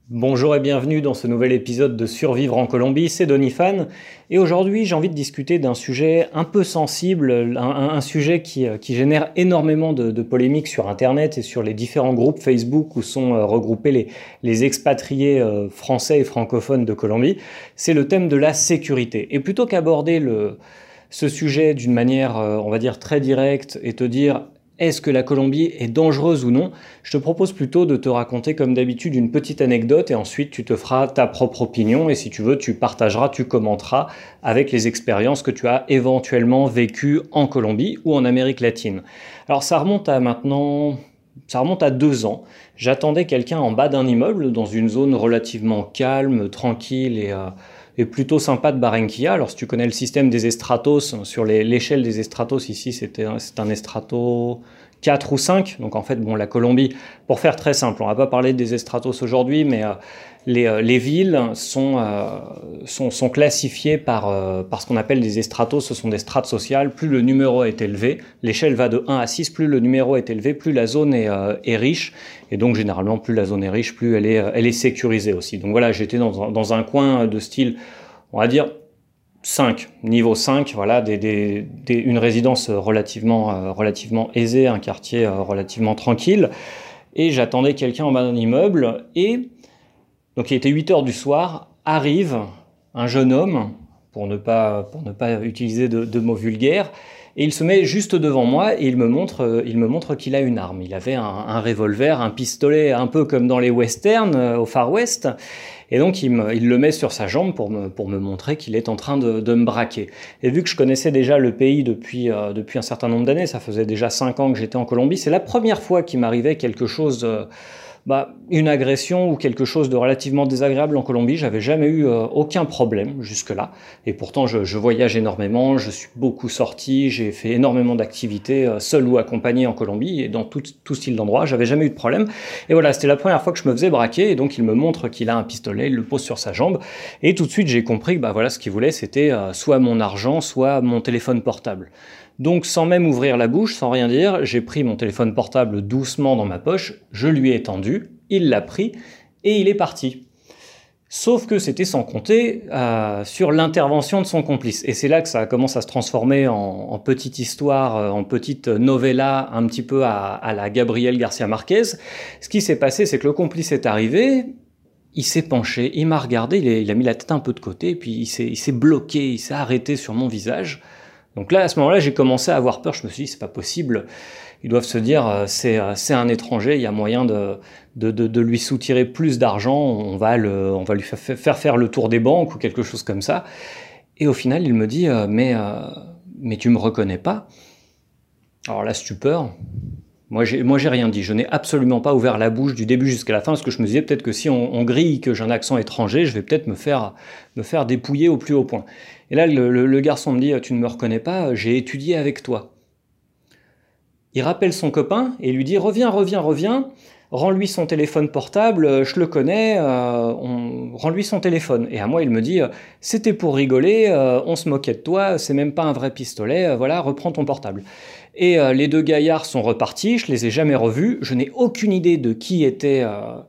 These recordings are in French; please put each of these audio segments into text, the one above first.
Bonjour et bienvenue dans ce nouvel épisode de Survivre en Colombie, c'est Donifan. Et aujourd'hui, j'ai envie de discuter d'un sujet un peu sensible, un sujet qui génère énormément de polémiques sur Internet et sur les différents groupes Facebook où sont regroupés les expatriés français et francophones de Colombie. C'est le thème de la sécurité. Et plutôt qu'aborder ce sujet d'une manière, on va dire, très directe et te dire est-ce que la Colombie est dangereuse ou non? Je te propose plutôt de te raconter comme d'habitude une petite anecdote et ensuite tu te feras ta propre opinion et si tu veux tu partageras, tu commenteras avec les expériences que tu as éventuellement vécues en Colombie ou en Amérique latine. Alors ça remonte à 2 ans. J'attendais quelqu'un en bas d'un immeuble dans une zone relativement calme, tranquille et plutôt sympa de Barranquilla. Alors si tu connais le système des estratos, sur l'échelle des estratos ici c'est un estrato 4 ou 5. Donc en fait, bon, la Colombie, pour faire très simple, on va pas parler des estratos aujourd'hui, mais les villes sont classifiées par ce qu'on appelle des estratos, ce sont des strates sociales. Plus le numéro est élevé, l'échelle va de 1 à 6, plus le numéro est élevé, plus la zone est riche. Et donc généralement, plus la zone est riche, plus elle est sécurisée aussi. Donc voilà, j'étais dans un coin de style, on va dire, 5, niveau 5, voilà, une résidence relativement aisée, un quartier relativement tranquille. Et j'attendais quelqu'un en bas d'un immeuble. Et donc il était 8 heures du soir, arrive un jeune homme, pour ne pas utiliser de mots vulgaires, et il se met juste devant moi et il me montre qu'il a une arme. Il avait un revolver, un pistolet, un peu comme dans les westerns au Far West. Et donc il le met sur sa jambe pour me montrer qu'il est en train de me braquer. Et vu que je connaissais déjà le pays depuis un certain nombre d'années, ça faisait déjà 5 ans que j'étais en Colombie, c'est la première fois qu'il m'arrivait quelque chose, une agression ou quelque chose de relativement désagréable en Colombie. J'avais jamais eu aucun problème jusque-là. Et pourtant, je voyage énormément, je suis beaucoup sorti, j'ai fait énormément d'activités, seul ou accompagné en Colombie, et dans tout style d'endroit, j'avais jamais eu de problème. Et voilà, c'était la première fois que je me faisais braquer, et donc il me montre qu'il a un pistolet, il le pose sur sa jambe, et tout de suite j'ai compris que voilà, ce qu'il voulait, c'était soit mon argent, soit mon téléphone portable. Donc sans même ouvrir la bouche, sans rien dire, j'ai pris mon téléphone portable doucement dans ma poche, je lui ai tendu, il l'a pris et il est parti. Sauf que c'était sans compter sur l'intervention de son complice. Et c'est là que ça commence à se transformer en petite histoire, en petite novella un petit peu à la Gabriel Garcia Marquez. Ce qui s'est passé, c'est que le complice est arrivé, il s'est penché, il m'a regardé, il a mis la tête un peu de côté, et puis il s'est bloqué, il s'est arrêté sur mon visage. Donc là, à ce moment-là, j'ai commencé à avoir peur. Je me suis dit, c'est pas possible. Ils doivent se dire, c'est un étranger. Il y a moyen de lui soutirer plus d'argent. On va lui faire le tour des banques ou quelque chose comme ça. Et au final, il me dit, mais tu me reconnais pas? Alors là, stupeur. Moi, j'ai rien dit. Je n'ai absolument pas ouvert la bouche du début jusqu'à la fin parce que je me disais peut-être que si on grille que j'ai un accent étranger, je vais peut-être me faire dépouiller au plus haut point. Et là, le garçon me dit « Tu ne me reconnais pas, j'ai étudié avec toi ». Il rappelle son copain et lui dit « Reviens, rends-lui son téléphone portable, je le connais, rends-lui son téléphone ». Et à moi, il me dit « C'était pour rigoler, on se moquait de toi, c'est même pas un vrai pistolet, voilà, reprends ton portable ». Et les deux gaillards sont repartis, je les ai jamais revus, je n'ai aucune idée de qui était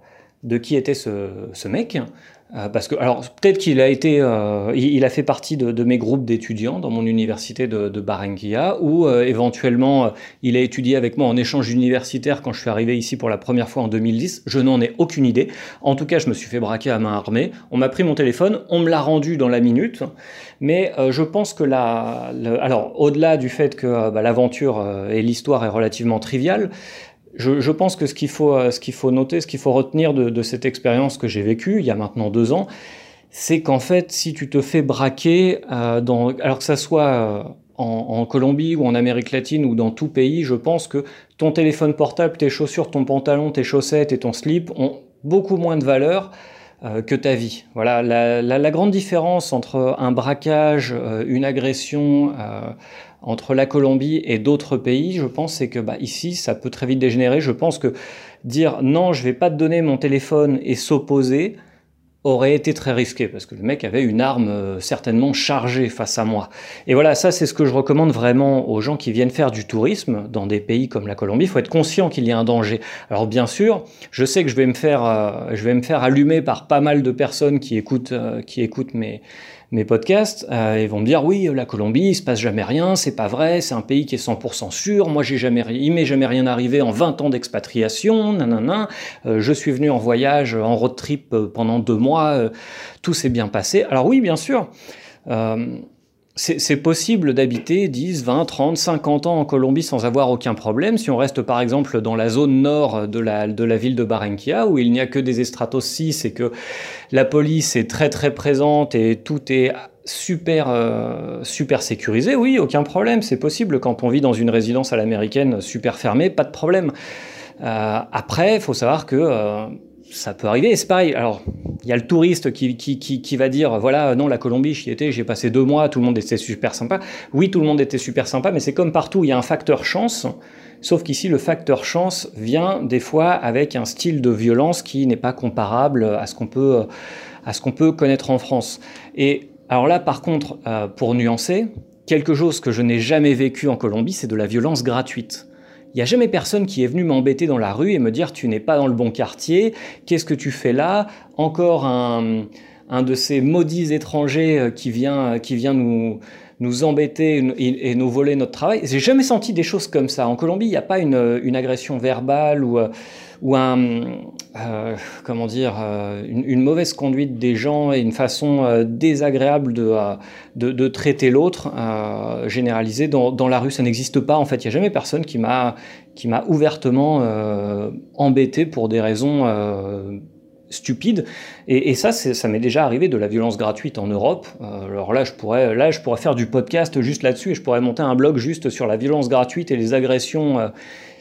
ce mec. Parce que, alors, peut-être qu'il a été, il a fait partie de mes groupes d'étudiants dans mon université de Barranquilla, ou éventuellement, il a étudié avec moi en échange universitaire quand je suis arrivé ici pour la première fois en 2010. Je n'en ai aucune idée. En tout cas, je me suis fait braquer à main armée. On m'a pris mon téléphone, on me l'a rendu dans la minute. Mais je pense que alors, au-delà du fait que l'aventure et l'histoire est relativement triviale, je pense que ce qu'il faut noter, ce qu'il faut retenir de cette expérience que j'ai vécue il y a maintenant 2 ans, c'est qu'en fait, si tu te fais braquer, alors que ça soit en Colombie ou en Amérique latine ou dans tout pays, je pense que ton téléphone portable, tes chaussures, ton pantalon, tes chaussettes et ton slip ont beaucoup moins de valeur que ta vie. Voilà, la grande différence entre un braquage, une agression, entre la Colombie et d'autres pays, je pense, c'est que ici, ça peut très vite dégénérer. Je pense que dire non, je vais pas te donner mon téléphone et s'opposer, aurait été très risqué, parce que le mec avait une arme certainement chargée face à moi. Et voilà, ça c'est ce que je recommande vraiment aux gens qui viennent faire du tourisme dans des pays comme la Colombie. Il faut être conscient qu'il y a un danger. Alors bien sûr, je sais que je vais me faire allumer par pas mal de personnes qui écoutent mes podcasts. Ils vont me dire oui, la Colombie, il se passe jamais rien, c'est pas vrai, c'est un pays qui est 100% sûr. Moi, il m'est jamais rien arrivé en 20 ans d'expatriation, nanana. Je suis venu en voyage, en road trip pendant 2 mois, tout s'est bien passé. Alors oui, bien sûr. C'est possible d'habiter 10, 20, 30, 50 ans en Colombie sans avoir aucun problème. Si on reste par exemple dans la zone nord de la ville de Barranquilla, où il n'y a que des estratos 6 et que la police est très très présente et tout est super sécurisé, oui, aucun problème, c'est possible. Quand on vit dans une résidence à l'américaine super fermée, pas de problème. Après, il faut savoir que ça peut arriver, et c'est pareil. Alors, il y a le touriste qui va dire, voilà, non, la Colombie, j'y étais, j'ai passé 2 mois, tout le monde était super sympa. Oui, tout le monde était super sympa, mais c'est comme partout, il y a un facteur chance, sauf qu'ici, le facteur chance vient des fois avec un style de violence qui n'est pas comparable à ce qu'on peut connaître en France. Et alors là, par contre, pour nuancer, quelque chose que je n'ai jamais vécu en Colombie, c'est de la violence gratuite. Il n'y a jamais personne qui est venu m'embêter dans la rue et me dire « tu n'es pas dans le bon quartier, qu'est-ce que tu fais là ?» Encore un de ces maudits étrangers qui vient nous embêter et nous voler notre travail. J'ai jamais senti des choses comme ça. En Colombie, il n'y a pas une agression verbale ou une mauvaise conduite des gens et une façon désagréable de traiter l'autre, généralisée dans la rue. Ça n'existe pas, en fait. Il n'y a jamais personne qui m'a ouvertement embêté pour des raisons stupides. Et ça m'est déjà arrivé, de la violence gratuite en Europe. Alors là, je pourrais faire du podcast juste là-dessus, et je pourrais monter un blog juste sur la violence gratuite et les agressions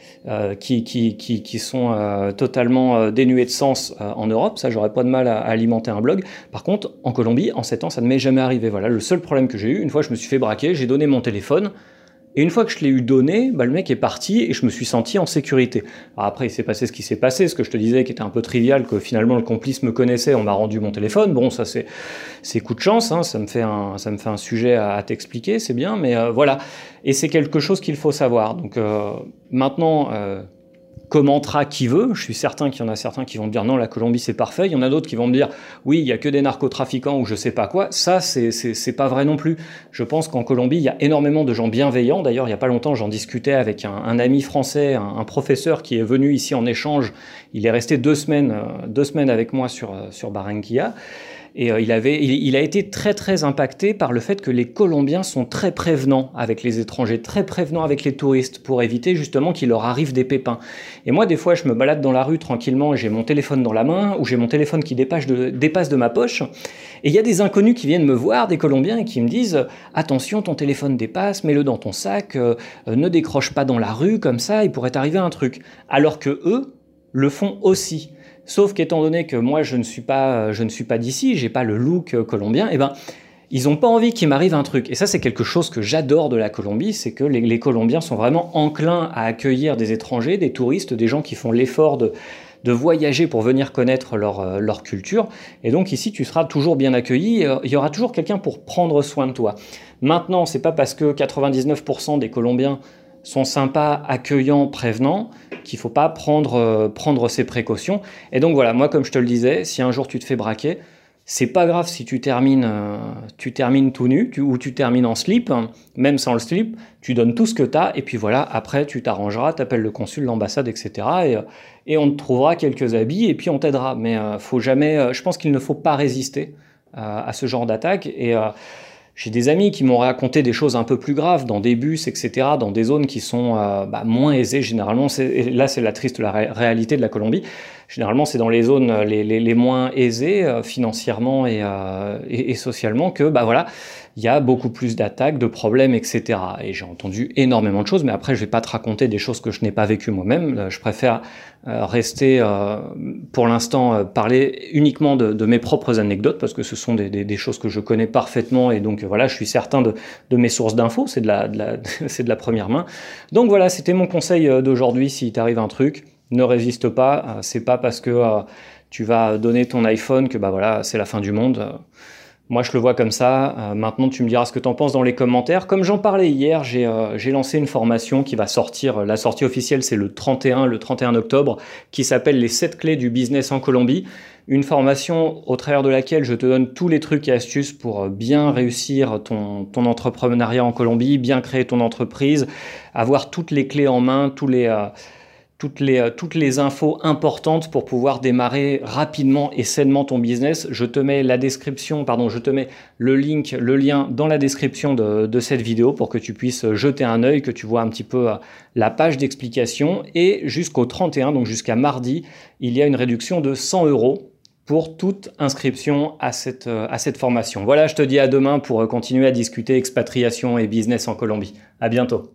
qui sont totalement dénuées de sens en Europe. Ça, j'aurais pas de mal à alimenter un blog. Par contre, en Colombie, en 7 ans, ça ne m'est jamais arrivé. Voilà, le seul problème que j'ai eu, une fois, je me suis fait braquer, j'ai donné mon téléphone, et une fois que je l'ai eu donné, le mec est parti et je me suis senti en sécurité. Alors après, il s'est passé ce qui s'est passé, ce que je te disais qui était un peu trivial, que finalement le complice me connaissait, on m'a rendu mon téléphone. Bon, ça c'est coup de chance, hein, ça me fait un sujet à t'expliquer, c'est bien, mais voilà. Et c'est quelque chose qu'il faut savoir. Donc maintenant, commentera qui veut. Je suis certain qu'il y en a certains qui vont me dire non, la Colombie c'est parfait. Il y en a d'autres qui vont me dire oui, il y a que des narcotrafiquants ou je sais pas quoi. Ça, c'est pas vrai non plus. Je pense qu'en Colombie, il y a énormément de gens bienveillants. D'ailleurs, il y a pas longtemps, j'en discutais avec un ami français, un professeur qui est venu ici en échange. Il est resté 2 semaines avec moi sur Barranquilla. Et il a été très très impacté par le fait que les Colombiens sont très prévenants avec les étrangers, très prévenants avec les touristes, pour éviter justement qu'il leur arrive des pépins. Et moi, des fois, je me balade dans la rue tranquillement et j'ai mon téléphone dans la main, ou j'ai mon téléphone qui dépasse de ma poche, et il y a des inconnus qui viennent me voir, des Colombiens, et qui me disent « Attention, ton téléphone dépasse, mets-le dans ton sac, ne décroche pas dans la rue, comme ça, il pourrait t'arriver un truc. » Alors que eux le font aussi. Sauf qu'étant donné que moi je ne suis pas d'ici, j'ai pas le look colombien, et ben ils ont pas envie qu'il m'arrive un truc. Et ça, c'est quelque chose que j'adore de la Colombie, c'est que les Colombiens sont vraiment enclins à accueillir des étrangers, des touristes, des gens qui font l'effort de voyager pour venir connaître leur culture. Et donc ici, tu seras toujours bien accueilli, il y aura toujours quelqu'un pour prendre soin de toi. Maintenant, c'est pas parce que 99% des Colombiens sont sympas, accueillants, prévenants, qu'il faut pas prendre ses précautions. Et donc voilà, moi comme je te le disais, si un jour tu te fais braquer, c'est pas grave si tu termines tout nu, ou tu termines en slip, même sans le slip, tu donnes tout ce que tu as, et puis voilà, après tu t'arrangeras, t'appelles le consul, l'ambassade, etc. Et on te trouvera quelques habits, et puis on t'aidera. Mais faut jamais, je pense qu'il ne faut pas résister à ce genre d'attaque. Et j'ai des amis qui m'ont raconté des choses un peu plus graves dans des bus, etc., dans des zones qui sont moins aisées généralement. Et là, c'est la triste réalité de la Colombie. Généralement, c'est dans les zones les moins aisées financièrement et socialement que voilà, il y a beaucoup plus d'attaques, de problèmes, etc. Et j'ai entendu énormément de choses, mais après, je vais pas te raconter des choses que je n'ai pas vécues moi-même. Je préfère rester, pour l'instant, parler uniquement de mes propres anecdotes, parce que ce sont des choses que je connais parfaitement, et donc voilà, je suis certain de mes sources d'infos, c'est de la première main. Donc voilà, c'était mon conseil d'aujourd'hui. Si t'arrive un truc, ne résiste pas, c'est pas parce que tu vas donner ton iPhone, que bah voilà, c'est la fin du monde. Moi, je le vois comme ça. Maintenant, tu me diras ce que tu en penses dans les commentaires. Comme j'en parlais hier, j'ai lancé une formation qui va sortir. La sortie officielle, c'est le 31 octobre, qui s'appelle les 7 clés du business en Colombie. Une formation au travers de laquelle je te donne tous les trucs et astuces pour bien réussir ton entrepreneuriat en Colombie, bien créer ton entreprise, avoir toutes les clés en main, toutes les infos importantes pour pouvoir démarrer rapidement et sainement ton business. Je te mets le lien dans la description de cette vidéo pour que tu puisses jeter un œil, que tu vois un petit peu la page d'explication. Et jusqu'au 31, donc jusqu'à mardi, il y a une réduction de 100 € pour toute inscription à cette formation. Voilà, je te dis à demain pour continuer à discuter expatriation et business en Colombie. À bientôt.